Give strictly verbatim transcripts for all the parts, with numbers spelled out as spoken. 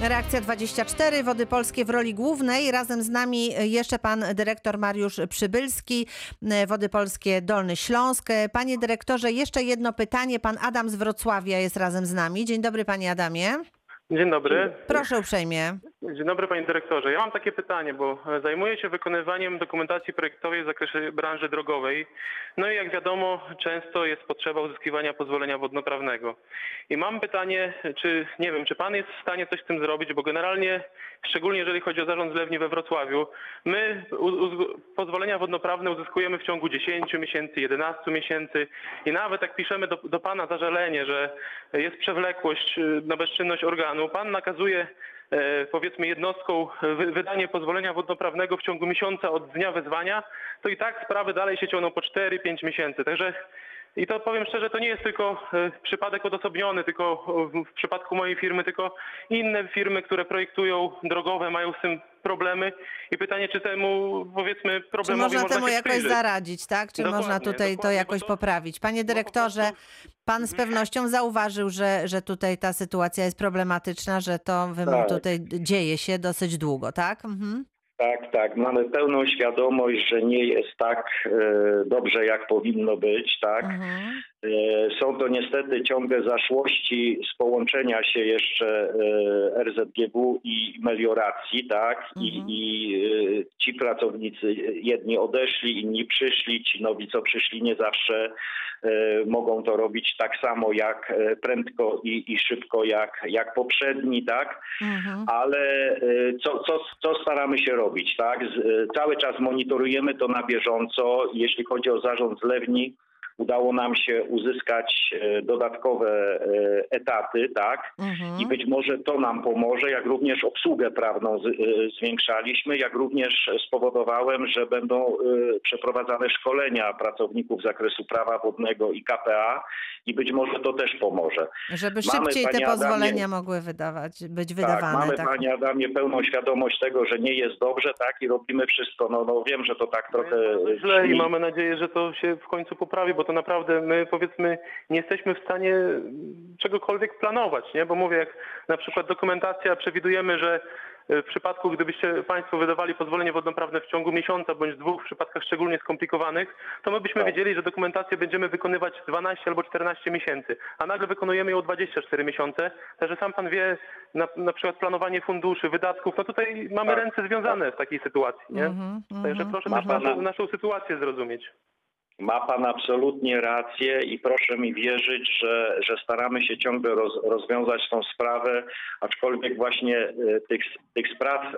Reakcja dwadzieścia cztery, Wody Polskie w roli głównej. Razem z nami jeszcze pan dyrektor Mariusz Przybylski, Wody Polskie Dolny Śląsk. Panie dyrektorze, jeszcze jedno pytanie. Pan Adam z Wrocławia jest razem z nami. Dzień dobry, panie Adamie. Dzień dobry. Proszę uprzejmie. Dzień dobry, panie dyrektorze. Ja mam takie pytanie, bo zajmuję się wykonywaniem dokumentacji projektowej w zakresie branży drogowej. No i jak wiadomo, często jest potrzeba uzyskiwania pozwolenia wodnoprawnego. I mam pytanie, czy nie wiem, czy pan jest w stanie coś z tym zrobić, bo generalnie, szczególnie jeżeli chodzi o zarząd zlewni we Wrocławiu, my u, u, pozwolenia wodnoprawne uzyskujemy w ciągu dziesięciu miesięcy, jedenastu miesięcy i nawet jak piszemy do, do pana zażalenie, że jest przewlekłość na bezczynność organu, pan nakazuje powiedzmy jednostką wydanie pozwolenia wodnoprawnego w ciągu miesiąca od dnia wezwania, to i tak sprawy dalej się ciągną po cztery pięć miesięcy. Także i to powiem szczerze, to nie jest tylko przypadek odosobniony, tylko w przypadku mojej firmy, tylko inne firmy, które projektują drogowe, mają z tym problemy. I pytanie, czy temu powiedzmy problemowi Czy można, można temu się jakoś przyjrzeć? zaradzić, tak? Czy Dokładnie, można tutaj to dokładnie, jakoś bo to- poprawić? Panie dyrektorze, prostu- pan z pewnością zauważył, że, że tutaj ta sytuacja jest problematyczna, że to wy- Tak. tutaj dzieje się dosyć długo, tak? Mhm. Tak, tak. Mamy pełną świadomość, że nie jest tak e, dobrze, jak powinno być, tak. Mhm. E, są to niestety ciągle zaszłości z połączenia się jeszcze e, R Z G W i melioracji, tak. I, Mhm. i e, ci pracownicy jedni odeszli, inni przyszli, ci nowi, co przyszli, nie zawsze e, mogą to robić tak samo jak e, prędko i, i szybko jak, jak poprzedni, tak. Mhm. Ale y, co, co, co staramy się robić, tak? Z, y, cały czas monitorujemy to na bieżąco. Jeśli chodzi o zarząd zlewni, udało nam się uzyskać y, dodatkowe y, etaty, tak? Mhm. I być może to nam pomoże, jak również obsługę prawną z, y, zwiększaliśmy, jak również spowodowałem, że będą y, przeprowadzane szkolenia pracowników z zakresu prawa wodnego i K P A i być może to też pomoże. Żeby Mamy, szybciej te panie pozwolenia Adamie- mogły wydawać, być Tak, wydawane. mamy, Tak. panie Adamie, pełną świadomość tego, że nie jest dobrze, tak, i robimy wszystko. No, no wiem, że to tak trochę No jest źle i brzmi. mamy nadzieję, że to się w końcu poprawi, bo to naprawdę my powiedzmy nie jesteśmy w stanie czegokolwiek planować, nie? Bo mówię, jak na przykład dokumentacja przewidujemy, że w przypadku, gdybyście państwo wydawali pozwolenie wodnoprawne w ciągu miesiąca bądź dwóch w przypadkach szczególnie skomplikowanych, to my byśmy Tak. wiedzieli, że dokumentację będziemy wykonywać dwanaście albo czternaście miesięcy, a nagle wykonujemy ją dwadzieścia cztery miesiące. Także sam pan wie, na, na przykład planowanie funduszy, wydatków, no tutaj mamy Tak. ręce związane w takiej sytuacji, nie? Mhm, Także mhm. proszę Ma też naszą, pana- naszą sytuację zrozumieć. Ma pan absolutnie rację i proszę mi wierzyć, że, że staramy się ciągle roz, rozwiązać tą sprawę, aczkolwiek właśnie e, tych, tych spraw e,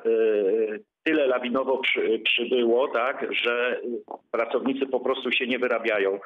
tyle lawinowo przy, przybyło, tak, że pracownicy po prostu się nie wyrabiają.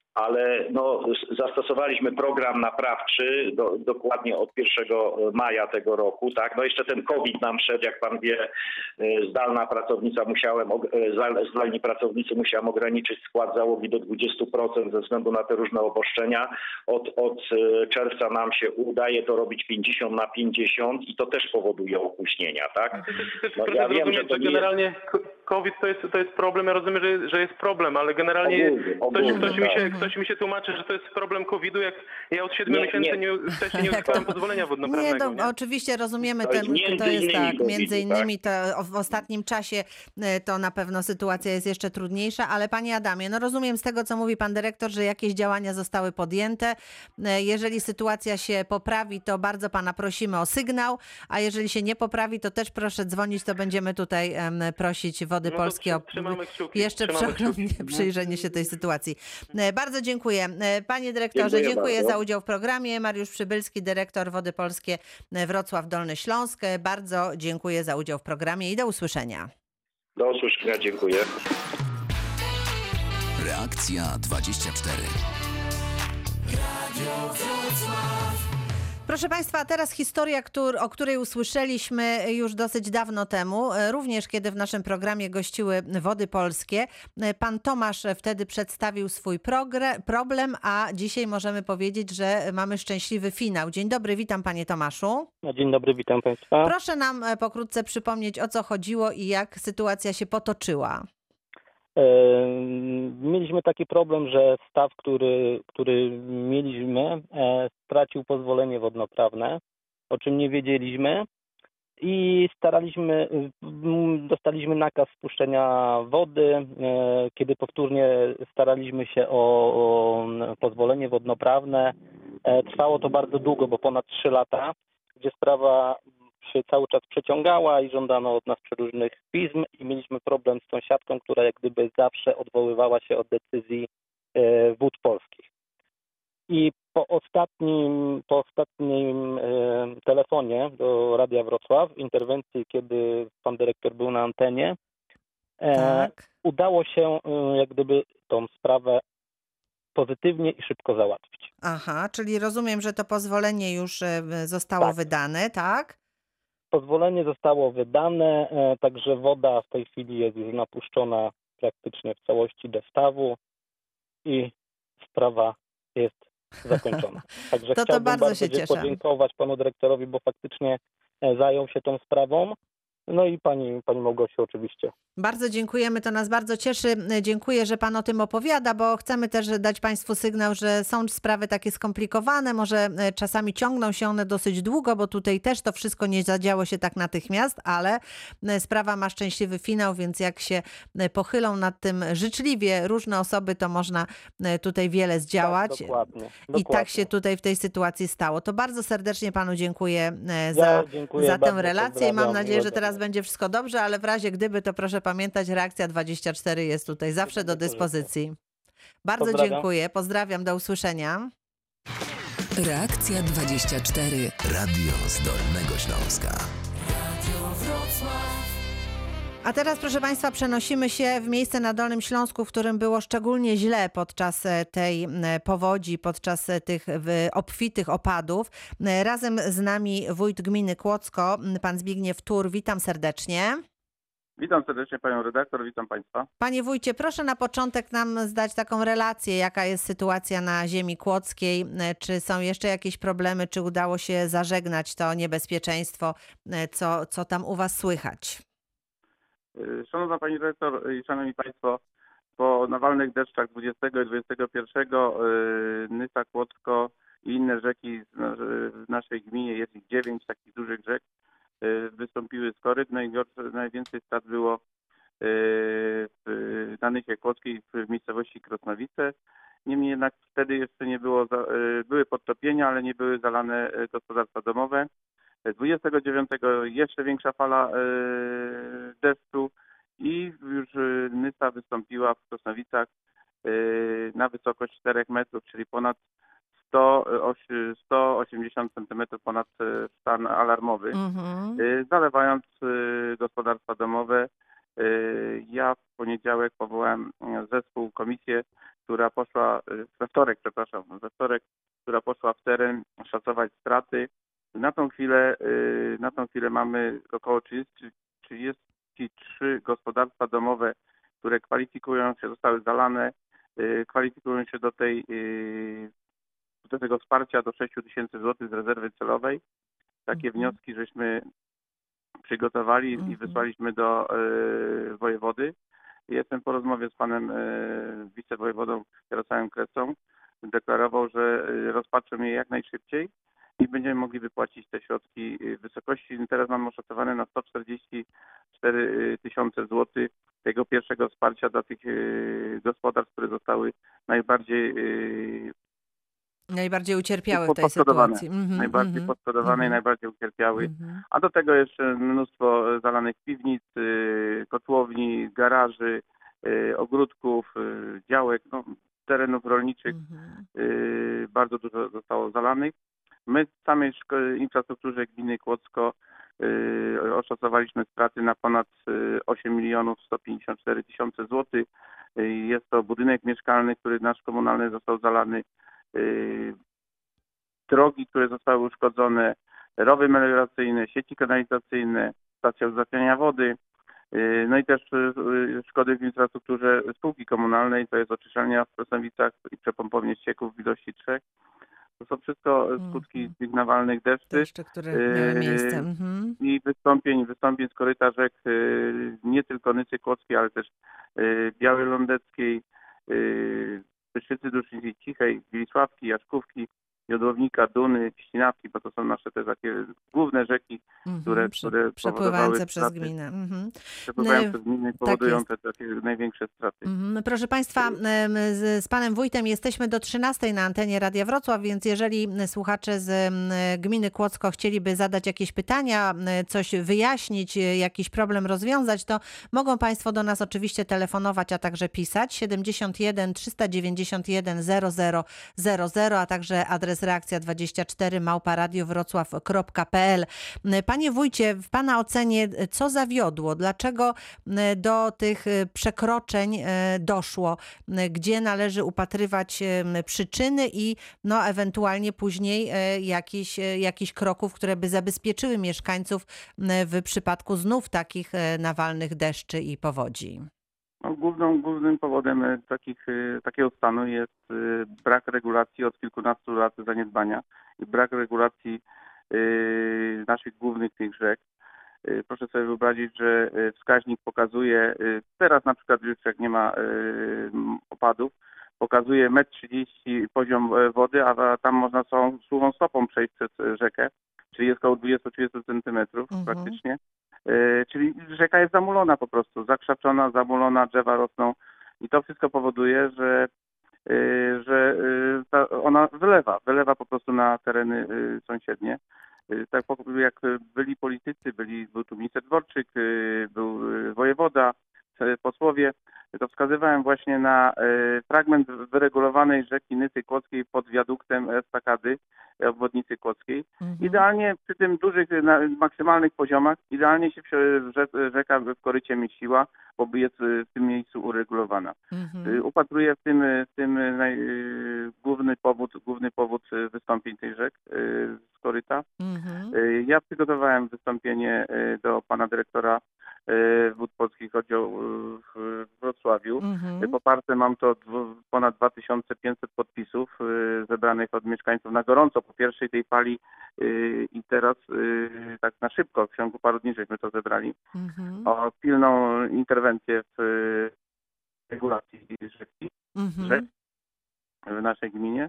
Ale no, s- zastosowaliśmy program naprawczy do, dokładnie od pierwszego maja tego roku. Tak? No jeszcze ten COVID nam szedł, jak pan wie, y, zdalna pracownica musiałem, og- y, zdal- zdalni pracownicy musiałem ograniczyć skład załogi do dwudziestu procent ze względu na te różne obostrzenia. Od, od y, czerwca nam się udaje to robić pięćdziesiąt na pięćdziesiąt i to też powoduje opóźnienia. Tak? Też, też No, proszę ja wiem, zrozumieć, że to że nie jest- generalnie ko- COVID to jest, to jest problem, ja rozumiem, że, że jest problem, ale generalnie Ogólnie, ktoś, ogólnie, ktoś, mi tak. się, ktoś mi się tłumaczy, że to jest problem kowida, jak ja od siedmiu Nie, miesięcy nie. nie, wcześniej nie Jak uzyskałem to- pozwolenia Nie, wodnoprawnego. no, nie? oczywiście rozumiemy, To ten, jest to między jest innymi tak, COVID, między tak? innymi to w ostatnim czasie e, to na pewno sytuacja jest jeszcze trudniejsza, ale panie Adamie, no rozumiem z tego, co mówi pan dyrektor, że jakieś działania zostały podjęte. E, Jeżeli sytuacja się poprawi, to bardzo pana prosimy o sygnał, a jeżeli się nie poprawi, to też proszę dzwonić, to będziemy tutaj em, prosić Wody No to Polskie o trzy- trzymamy kciuki, jeszcze trzymamy przeglądnie, kciuki. przyjrzenie się tej sytuacji. E, Bardzo dziękuję. E, Panie dyrektorze, Dziękuję dziękuję bardzo. za udział w programie. Mariusz Przybylski, dyrektor Wody Polskie Wrocław Dolny Śląsk. Bardzo dziękuję za udział w programie i do usłyszenia. Do usłyszenia, dziękuję. Reakcja dwadzieścia cztery. Proszę Państwa, a teraz historia, któr, o której usłyszeliśmy już dosyć dawno temu, e, również kiedy w naszym programie gościły Wody Polskie. E, Pan Tomasz wtedy przedstawił swój progre, problem, a dzisiaj możemy powiedzieć, że mamy szczęśliwy finał. Dzień dobry, witam Panie Tomaszu. No, dzień dobry, witam Państwa. Proszę nam e, pokrótce przypomnieć, o co chodziło i jak sytuacja się potoczyła. E, Mieliśmy taki problem, że staw, który, który mieliśmy, e, stracił pozwolenie wodnoprawne, o czym nie wiedzieliśmy. i staraliśmy, m, dostaliśmy nakaz spuszczenia wody, e, kiedy powtórnie staraliśmy się o, o pozwolenie wodnoprawne. E, Trwało to bardzo długo, bo ponad trzy lata, gdzie sprawa się cały czas przeciągała i żądano od nas przeróżnych pism i mieliśmy problem z sąsiadką, która jak gdyby zawsze odwoływała się od decyzji e, Wód Polskich. I po ostatnim, po ostatnim e, telefonie do Radia Wrocław, interwencji, kiedy pan dyrektor był na antenie, e, Tak. udało się e, jak gdyby tą sprawę pozytywnie i szybko załatwić. Aha, czyli rozumiem, że to pozwolenie już e, zostało Tak. wydane, tak? Pozwolenie zostało wydane, e, także woda w tej chwili jest już napuszczona praktycznie w całości do stawu i sprawa jest zakończona. Także To to chciałbym bardzo bardzo się dzie- cieszę. podziękować panu dyrektorowi, bo faktycznie e, zajął się tą sprawą. No i pani, pani Małgosiu oczywiście. Bardzo dziękujemy, to nas bardzo cieszy. Dziękuję, że pan o tym opowiada, bo chcemy też dać państwu sygnał, że są sprawy takie skomplikowane, może e, czasami ciągną się one dosyć długo, bo tutaj też to wszystko nie zadziało się tak natychmiast, ale e, sprawa ma szczęśliwy finał, więc jak się e, pochylą nad tym życzliwie różne osoby, to można e, tutaj wiele zdziałać. Tak, dokładnie, I dokładnie. tak się tutaj w tej sytuacji stało. To bardzo serdecznie panu dziękuję e, Ja za, dziękuję za tę bardzo, relację i mam pozdrawiam, nadzieję, że miłego teraz dnia. będzie wszystko dobrze, ale w razie gdyby, to proszę pamiętać, Reakcja dwadzieścia cztery jest tutaj zawsze do dyspozycji. Bardzo Pozdrawiam. dziękuję, pozdrawiam, do usłyszenia. Reakcja dwadzieścia cztery. Radio z Dolnego Śląska. A teraz, proszę Państwa, przenosimy się w miejsce na Dolnym Śląsku, w którym było szczególnie źle podczas e, tej e, powodzi, podczas e, tych w- obfitych opadów. E, Razem z nami wójt gminy Kłodzko, m, pan Zbigniew Tur. Witam serdecznie. Witam serdecznie panią redaktor, witam państwa. Panie wójcie, proszę na początek nam zdać taką relację, jaka jest sytuacja na ziemi kłodzkiej. E, Czy są jeszcze jakieś problemy, czy udało się zażegnać to niebezpieczeństwo, e, co, co tam u was słychać? Y, Szanowna pani redaktor i szanowni państwo, po nawalnych deszczach dwudziestego i dwudziestego pierwszego y, Nysa, Kłodzko i inne rzeki z na- w naszej gminie, jest ich dziewięć takich dużych rzek, y, wystąpiły z koryt. Najgorsze, najwięcej strat było y, w, na Nysie Kłodzkiej w miejscowości Krosnowice. Niemniej jednak wtedy jeszcze nie było, za, y, były podtopienia, ale nie były zalane y, gospodarstwa domowe. dwudziestego dziewiątego jeszcze większa fala e, deszczu i już e, Nysa wystąpiła w Krosnowicach e, na wysokość czterech metrów, czyli ponad sto, oś- sto osiemdziesiąt centymetrów ponad e, stan alarmowy, Mhm. e, zalewając e, gospodarstwa domowe. E, Ja w poniedziałek powołałem e, zespół, komisję, która poszła, e, we wtorek, przepraszam, we wtorek, która poszła w teren szacować straty. Na tą chwilę, y, na tą chwilę mamy około trzydzieści, trzydzieści trzy gospodarstwa domowe, które kwalifikują się, zostały zalane, y, kwalifikują się do tej, y, do tego wsparcia do sześć tysięcy złotych z rezerwy celowej. Takie Mhm. wnioski żeśmy przygotowali Mhm. i wysłaliśmy do y, wojewody. Jestem po rozmowie z panem y, wicewojewodą Jarosławem Krecą. Deklarował, że y, rozpatrzą je jak najszybciej i będziemy mogli wypłacić te środki w wysokości, teraz mam oszacowane na sto czterdzieści cztery tysiące złotych tego pierwszego wsparcia dla tych y, gospodarstw, które zostały najbardziej y, Najbardziej ucierpiały w tej poszkodowane. sytuacji. Mhm, najbardziej mhm, poszkodowane i mhm, najbardziej ucierpiały. mhm. A do tego jeszcze mnóstwo zalanych piwnic, y, kotłowni, garaży, y, ogródków, y, działek, no, terenów rolniczych. Mhm. y, Bardzo dużo zostało zalanych. My w samej szko- infrastrukturze gminy Kłodzko y, oszacowaliśmy straty na ponad y, osiem milionów sto pięćdziesiąt cztery tysiące złotych. Y, Jest to budynek mieszkalny, który nasz komunalny został zalany, y, drogi, które zostały uszkodzone, rowy melioracyjne, sieci kanalizacyjne, stacja uzatniania wody, y, no i też y, szkody w infrastrukturze spółki komunalnej, to jest oczyszczalnia w Krosnowicach i przepompownie ścieków w ilości trzech. To są wszystko skutki Mhm. tych nawalnych deszczy Deszcze, które miały miejsce. Yy, Mhm. i wystąpień, wystąpień z koryta rzek yy, nie tylko Nysy Kłodzkiej, ale też yy, Białej Lądeckiej, yy, Bystrzycy Duszyńskiej, Cichej, Wilisławki, Jaszkówki, Jodłownika, Duny, Ścinawki, bo to są nasze te takie główne rzeki, Mhm, które, prze- które przepływające powodowały przez straty, gminę. Mhm. przepływające z gminy, Tak powodujące takie największe straty. Mhm. Proszę Państwa, em, z, z Panem Wójtem jesteśmy do trzynastej na antenie Radia Wrocław, więc jeżeli słuchacze z em, gminy Kłodzko chcieliby zadać jakieś pytania, em, coś wyjaśnić, e, jakiś problem rozwiązać, to mogą Państwo do nas oczywiście telefonować, a także pisać siedemdziesiąt jeden trzysta dziewięćdziesiąt jeden zero zero zero zero, a także adres reakcja dwadzieścia cztery małpa radiowrocław kropka p l. Panie Wójcie, w Pana ocenie co zawiodło? Dlaczego m, do tych e, przekroczeń e, doszło? M, Gdzie należy upatrywać em, przyczyny i no, ewentualnie później e, jakichś e, jakichś kroków, które by zabezpieczyły mieszkańców m, w przypadku znów takich e, nawalnych deszczy i powodzi? No, główną, głównym powodem e, takich, e, takiego stanu jest e, brak regulacji od kilkunastu lat zaniedbania i brak regulacji e, naszych głównych tych rzek. E, Proszę sobie wyobrazić, że e, wskaźnik pokazuje, e, teraz na przykład już jak nie ma e, m, opadów, pokazuje metr trzydzieści poziom e, wody, a tam można są suchą stopą przejść przez e, rzekę, czyli jest około dwadzieścia do trzydziestu centymetrów Mhm. praktycznie. E, Czyli rzeka jest zamulona po prostu, zakrzaczona, zamulona, drzewa rosną i to wszystko powoduje, że, e, że e, ta, ona wylewa, wylewa po prostu na tereny e, sąsiednie. E, Tak po- jak byli politycy, byli, był tu minister Dworczyk, e, był e, wojewoda, e, posłowie, to wskazywałem właśnie na e, fragment wyregulowanej rzeki Nysy Kłodzkiej pod wiaduktem estakady e, obwodnicy Kłodzkiej. Mhm. Idealnie przy tym dużych, na, maksymalnych poziomach, idealnie się w- rze- rzeka w korycie mieściła, bo jest y, w tym miejscu uregulowana. Mhm. Y, Upatruję w tym, y, w tym y, naj, y, główny powód, główny powód y, wystąpień tej rzek y, z koryta. Mhm. Y, Ja przygotowałem wystąpienie y, do pana dyrektora y, Wód Polskich oddział y, w Wrocławiu. Mhm. Poparte mam to dwu- ponad dwa tysiące pięćset podpisów y, zebranych od mieszkańców na gorąco po pierwszej tej fali y, i teraz y, tak na szybko, w ciągu paru dni żeśmy to zebrali, Mhm. o pilną interwencję w y, regulacji rzeki, rzek Mhm. w naszej gminie.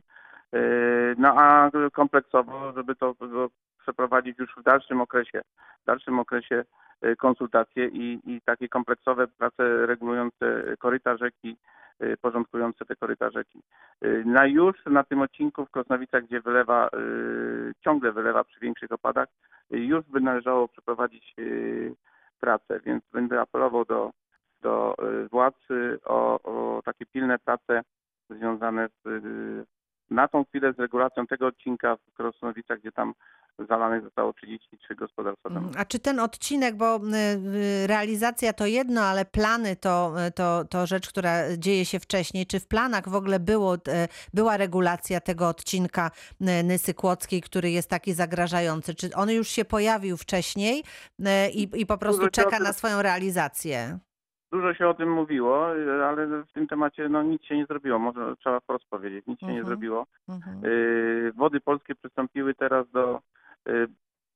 Y, No a kompleksowo, żeby to to przeprowadzić już w dalszym okresie, w dalszym okresie y, konsultacje i, i takie kompleksowe prace regulujące koryta rzeki, y, porządkujące te koryta rzeki. Y, Na już na tym odcinku w Krosnowicach, gdzie wylewa, y, ciągle wylewa przy większych opadach, y, już by należało przeprowadzić y, pracę, więc będę apelował do, do y, władz y, o, o takie pilne prace związane z, y, na tą chwilę z regulacją tego odcinka w Krosnowicach, gdzie tam zalanych zostało trzydzieści trzy gospodarstwa domowe. Mhm. A czy ten odcinek, bo y, y, realizacja to jedno, ale plany to, y, to, to rzecz, która dzieje się wcześniej. Czy w planach w ogóle było, y, była regulacja tego odcinka y, Nysy Kłodzkiej, który jest taki zagrażający? Czy on już się pojawił wcześniej y, i, i po prostu Dużo się o czeka tym- na swoją realizację? Dużo się o tym mówiło, y, ale w tym temacie no, nic się nie zrobiło. Może trzeba wprost powiedzieć, nic się nie Mhm. zrobiło. Mhm. Y, Wody Polskie przystąpiły teraz do, y,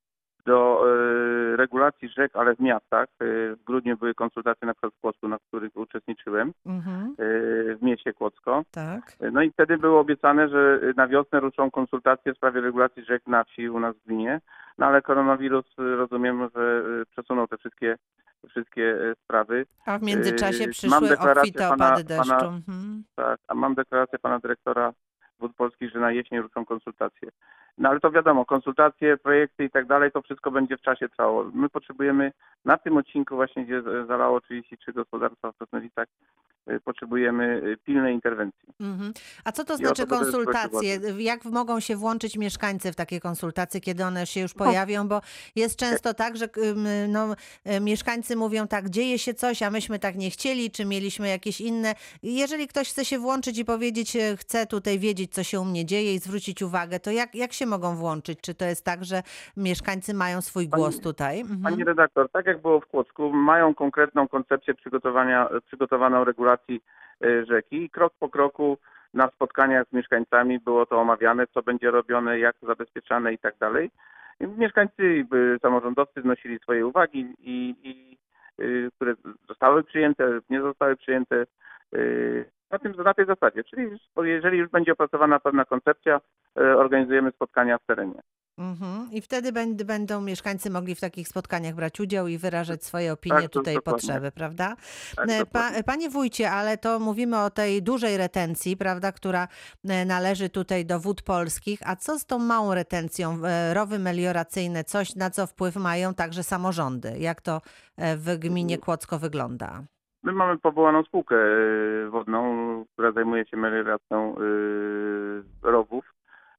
do y, regulacji rzek, ale w miastach. Y, W grudniu były konsultacje na przykład w Kłodzku, na których uczestniczyłem, Mhm. y, w mieście Kłodzko. Tak. No i wtedy było obiecane, że na wiosnę ruszą konsultacje w sprawie regulacji rzek na wsi u nas w gminie. No ale koronawirus, y, rozumiem, że y, przesunął te wszystkie, wszystkie y, sprawy. A w międzyczasie Yy, przyszły mam deklarację obfite pana- opady deszczu. pana- Mhm. Tak, a mam deklarację pana dyrektora Wód Polskich, że na jesień ruszą konsultacje. No ale to wiadomo, konsultacje, projekty i tak dalej, to wszystko będzie w czasie trwało. My potrzebujemy na tym odcinku właśnie, gdzie zalało trzydzieści trzy gospodarstwa w Krosnowicach, y, potrzebujemy y, pilnej interwencji. Mhm. A co to I o znaczy to będę prosił konsultacje? Jak mogą się włączyć mieszkańcy w takie konsultacje, kiedy one się już No. pojawią? Bo jest często tak, że ym, no, y, mieszkańcy mówią tak, dzieje się coś, a myśmy tak nie chcieli, czy mieliśmy jakieś inne. Jeżeli ktoś chce się włączyć i powiedzieć, e, chcę tutaj wiedzieć, co się u mnie dzieje i zwrócić uwagę, to jak, jak się mogą włączyć? Czy to jest tak, że mieszkańcy mają swój Pani- głos tutaj? Mhm. Pani redaktor, tak jak było w Kłodzku, mają konkretną koncepcję przygotowania, przygotowaną regulacji y, rzeki i krok po kroku na spotkaniach z mieszkańcami było to omawiane, co będzie robione, jak zabezpieczane i tak dalej. I Mieszkańcy, y, samorządowcy wnosili swoje uwagi, i, i, y, które zostały przyjęte, nie zostały przyjęte y, na, tym, na tej zasadzie. Czyli jeżeli już będzie opracowana pewna koncepcja, y, organizujemy spotkania w terenie. Mhm. I wtedy będ- będą mieszkańcy mogli w takich spotkaniach brać udział i wyrażać swoje opinie, Tak, to tutaj dokładnie. potrzeby, prawda? Tak, E, Pa, dokładnie. panie wójcie, ale to mówimy o tej dużej retencji, prawda, która e, należy tutaj do Wód Polskich. A co z tą małą retencją? E, Rowy melioracyjne, coś na co wpływ mają także samorządy. Jak to e, w gminie Kłodzko wygląda? My mamy powołaną spółkę y, wodną, która zajmuje się melioracją y, rowów,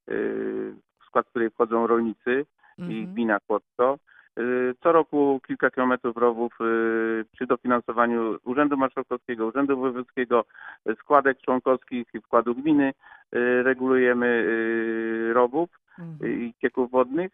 y, w skład której wchodzą rolnicy i Mhm. gmina Kłodzko. Y, Co roku kilka kilometrów rowów y, przy dofinansowaniu Urzędu Marszałkowskiego, Urzędu Wojewódzkiego, y, składek członkowskich i wkładu gminy y, regulujemy y, rowów y, Mhm. i cieków wodnych.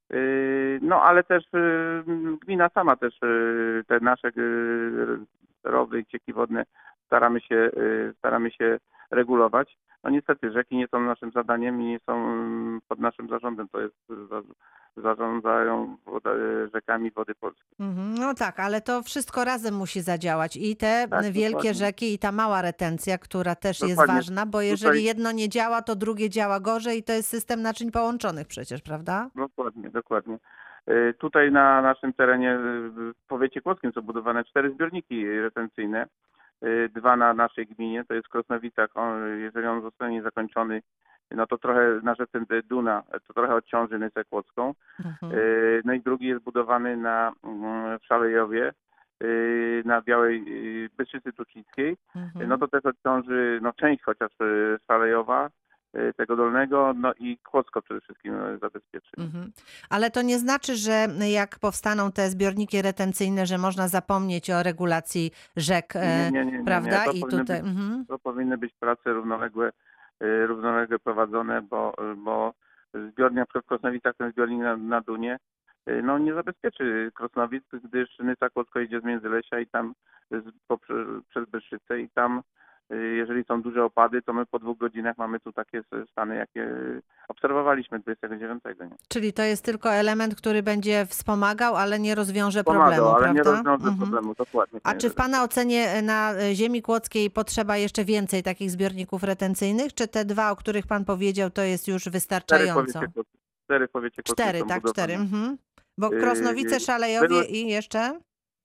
Y, No ale też y, gmina sama też y, te nasze y, rowy i cieki wodne staramy się, y, staramy się regulować. No niestety rzeki nie są naszym zadaniem i nie są mm, pod naszym zarządem. To jest za- zarządzają woda, rzekami Wody Polskie. Mhm. No tak, ale to wszystko razem musi zadziałać. I te Tak, wielkie dokładnie. rzeki, i ta mała retencja, która też jest Dokładnie. ważna, bo jeżeli Tutaj- jedno nie działa, to drugie działa gorzej i to jest system naczyń połączonych przecież, prawda? Dokładnie, dokładnie. Y, Tutaj na naszym terenie y, w powiecie kłodzkim są budowane cztery zbiorniki retencyjne. Y, Dwa na naszej gminie, to jest w Krosnowicach. On, jeżeli on zostanie zakończony, no to trochę na rzece Duna, to trochę odciąży Nysę Kłodzką. Mhm. Y, No i drugi jest budowany na, mm, w Szalejowie, y, na Białej y, Bystrzycy Tucickiej. Mhm. No to też odciąży no, część chociaż y, Szalejowa, y, tego dolnego, no i Kłodzko przede wszystkim y, zabezpieczy. Mhm. Ale to nie znaczy, że jak powstaną te zbiorniki retencyjne, że można zapomnieć o regulacji rzek, e, Nie, nie, nie, nie, prawda? nie. To I powinny tutaj. być, Mhm. to powinny być prace równoległe, y, równolegle prowadzone, bo, bo zbiornik, na przykład w Krosnowicach, ten zbiornik na, na Dunie, y, no nie zabezpieczy Krosnowic, gdyż Nysa Kłodzko idzie z Międzylesia i tam z, po, przez Bystrzycę i tam, y, jeżeli są duże opady, to my po dwóch godzinach mamy tu takie stany, jakie obserwowaliśmy dwudziestego dziewiątego. Nie? Czyli to jest tylko element, który będzie wspomagał, ale nie rozwiąże Pomagał, problemu, ale nie prawda? rozwiąże Mhm. problemu, dokładnie. A panie czy w Pana ocenie e, na e, ziemi kłodzkiej potrzeba jeszcze więcej takich zbiorników retencyjnych, czy te dwa, o których Pan powiedział, to jest już Cztery w wystarczająco? powiecie kłodzkim. Cztery w powiecie kłodzkim Cztery, są tak, cztery. budowane. Mhm. Bo Yy, Krosnowice, Szalejowie według- i jeszcze?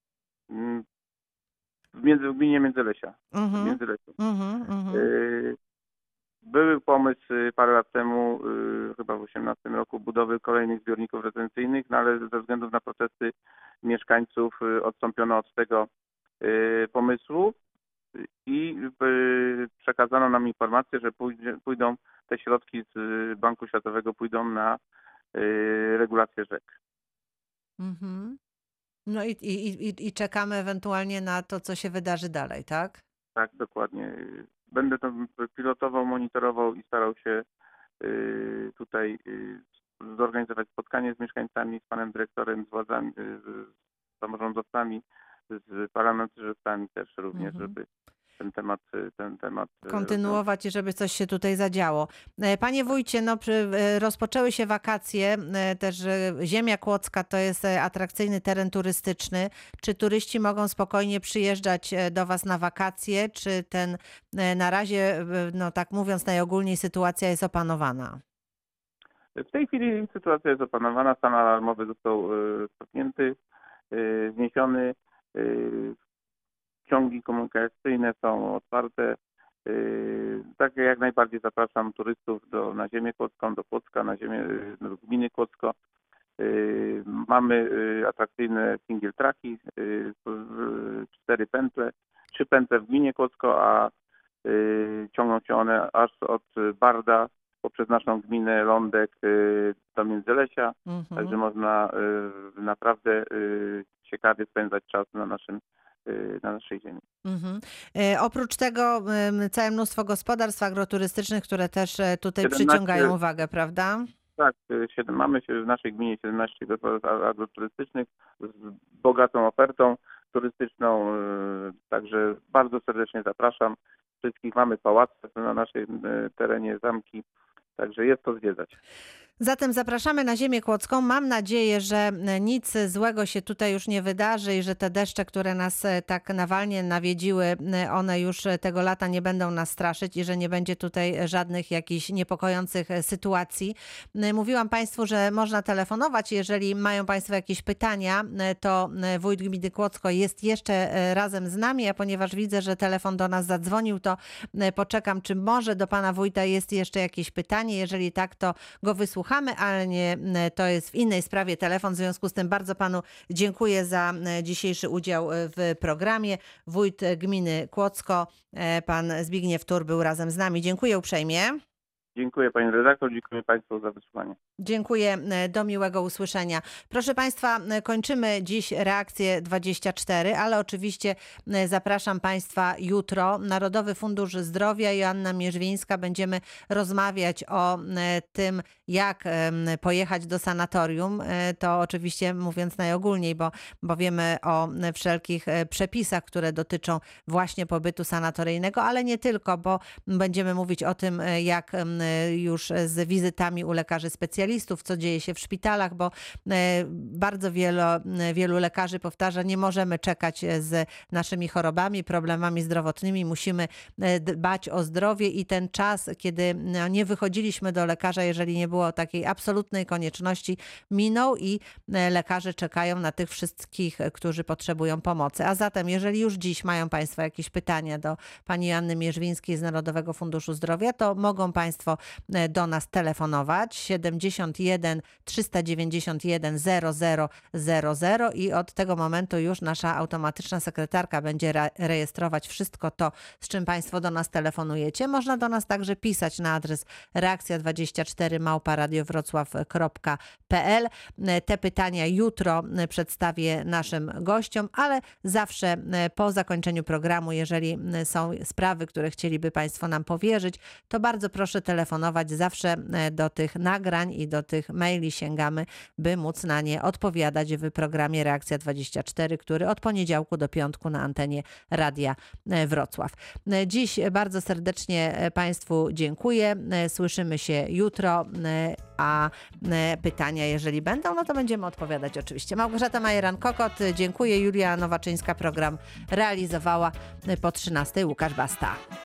Mm, W, między, w gminie Międzylesiia. W Mhm. Międzylesiu. Mhm. Mhm. Yy, Był pomysł y, parę lat temu, y, chyba w osiemnastym roku, budowy kolejnych zbiorników retencyjnych, no ale ze względu na protesty mieszkańców y, odstąpiono od tego y, pomysłu i y, przekazano nam informację, że pójdzie, pójdą te środki z y, Banku Światowego pójdą na y, regulację rzek. Mhm. No i, i, i, i czekamy ewentualnie na to, co się wydarzy dalej, tak? Tak, dokładnie. Będę to pilotował, monitorował i starał się y, tutaj y, zorganizować spotkanie z mieszkańcami, z panem dyrektorem, z władzami, y, z samorządowcami, z parlamentarzystami też również, Mhm. żeby ten temat, y, ten temat y, Kontynuować i żeby coś się tutaj zadziało. E, Panie wójcie, no przy, e, rozpoczęły się wakacje, e, też e, Ziemia Kłodzka to jest e, atrakcyjny teren turystyczny. Czy turyści mogą spokojnie przyjeżdżać e, do Was na wakacje, czy ten e, na razie, e, no tak mówiąc najogólniej, sytuacja jest opanowana? W tej chwili sytuacja jest opanowana, stan alarmowy został y, cofnięty, y, zniesiony, y, ciągi komunikacyjne są otwarte. Y, Tak jak najbardziej zapraszam turystów do, na ziemię kłodzką, do Kłodzka, na ziemię y, do gminy Kłodzko. Y, Mamy y, atrakcyjne single tracki, y, y, cztery pętle, trzy pętle w gminie Kłodzko, a y, ciągną się one aż od Barda poprzez naszą gminę Lądek y, do Międzylesia. Mhm. Także można y, naprawdę y, ciekawie spędzać czas na naszym y, na naszej ziemi. Mhm. E, oprócz tego em, całe mnóstwo gospodarstw agroturystycznych, które też e, tutaj siedemnaście przyciągają uwagę, prawda? Tak, y, siedem, mamy się w naszej gminie siedemnaście gospodarstw a- agroturystycznych z bogatą ofertą turystyczną, y, także bardzo serdecznie zapraszam wszystkich. Mamy pałace na naszym y, terenie, zamki, także jest to zwiedzać. Zatem zapraszamy na ziemię kłodzką. Mam nadzieję, że nic złego się tutaj już nie wydarzy i że te deszcze, które nas tak nawalnie nawiedziły, one już tego lata nie będą nas straszyć i że nie będzie tutaj żadnych jakichś niepokojących sytuacji. Mówiłam Państwu, że można telefonować. Jeżeli mają Państwo jakieś pytania, to wójt gminy Kłodzko jest jeszcze razem z nami, a ponieważ widzę, że telefon do nas zadzwonił, to poczekam, czy może do Pana wójta jest jeszcze jakieś pytanie. Jeżeli tak, to go wysłuchamy. Ale nie, to jest w innej sprawie telefon. W związku z tym bardzo Panu dziękuję za dzisiejszy udział w programie. Wójt gminy Kłodzko, pan Zbigniew Tur, był razem z nami. Dziękuję uprzejmie. Dziękuję pani redaktor, dziękuję Państwu za wysłuchanie. Dziękuję, do miłego usłyszenia. Proszę Państwa, kończymy dziś Reakcję dwadzieścia cztery, ale oczywiście zapraszam Państwa jutro. Narodowy Fundusz Zdrowia, Joanna Mierzwińska. Będziemy rozmawiać o tym, jak pojechać do sanatorium. To oczywiście mówiąc najogólniej, bo, bo wiemy o wszelkich przepisach, które dotyczą właśnie pobytu sanatoryjnego, ale nie tylko, bo będziemy mówić o tym, jak już z wizytami u lekarzy specjalistów, co dzieje się w szpitalach, bo bardzo wielu, wielu lekarzy powtarza, nie możemy czekać z naszymi chorobami, problemami zdrowotnymi, musimy dbać o zdrowie i ten czas, kiedy nie wychodziliśmy do lekarza, jeżeli nie było takiej absolutnej konieczności, minął i lekarze czekają na tych wszystkich, którzy potrzebują pomocy. A zatem, jeżeli już dziś mają Państwo jakieś pytania do pani Joanny Mierzwińskiej z Narodowego Funduszu Zdrowia, to mogą Państwo do nas telefonować siedemdziesiąt jeden trzysta dziewięćdziesiąt jeden zero zero zero zero i od tego momentu już nasza automatyczna sekretarka będzie re rejestrować wszystko to, z czym Państwo do nas telefonujecie. Można do nas także pisać na adres reakcja dwadzieścia cztery małpa radiowrocław kropka p l. Te pytania jutro przedstawię naszym gościom, ale zawsze po zakończeniu programu, jeżeli są sprawy, które chcieliby Państwo nam powierzyć, to bardzo proszę telefonować. Zawsze do tych nagrań i do tych maili sięgamy, by móc na nie odpowiadać w programie Reakcja dwadzieścia cztery, który od poniedziałku do piątku na antenie Radia Wrocław. Dziś bardzo serdecznie Państwu dziękuję. Słyszymy się jutro, a pytania, jeżeli będą, no to będziemy odpowiadać oczywiście. Małgorzata Majeran-Kokot, dziękuję. Julia Nowaczyńska program realizowała. Po trzynastej Łukasz Basta.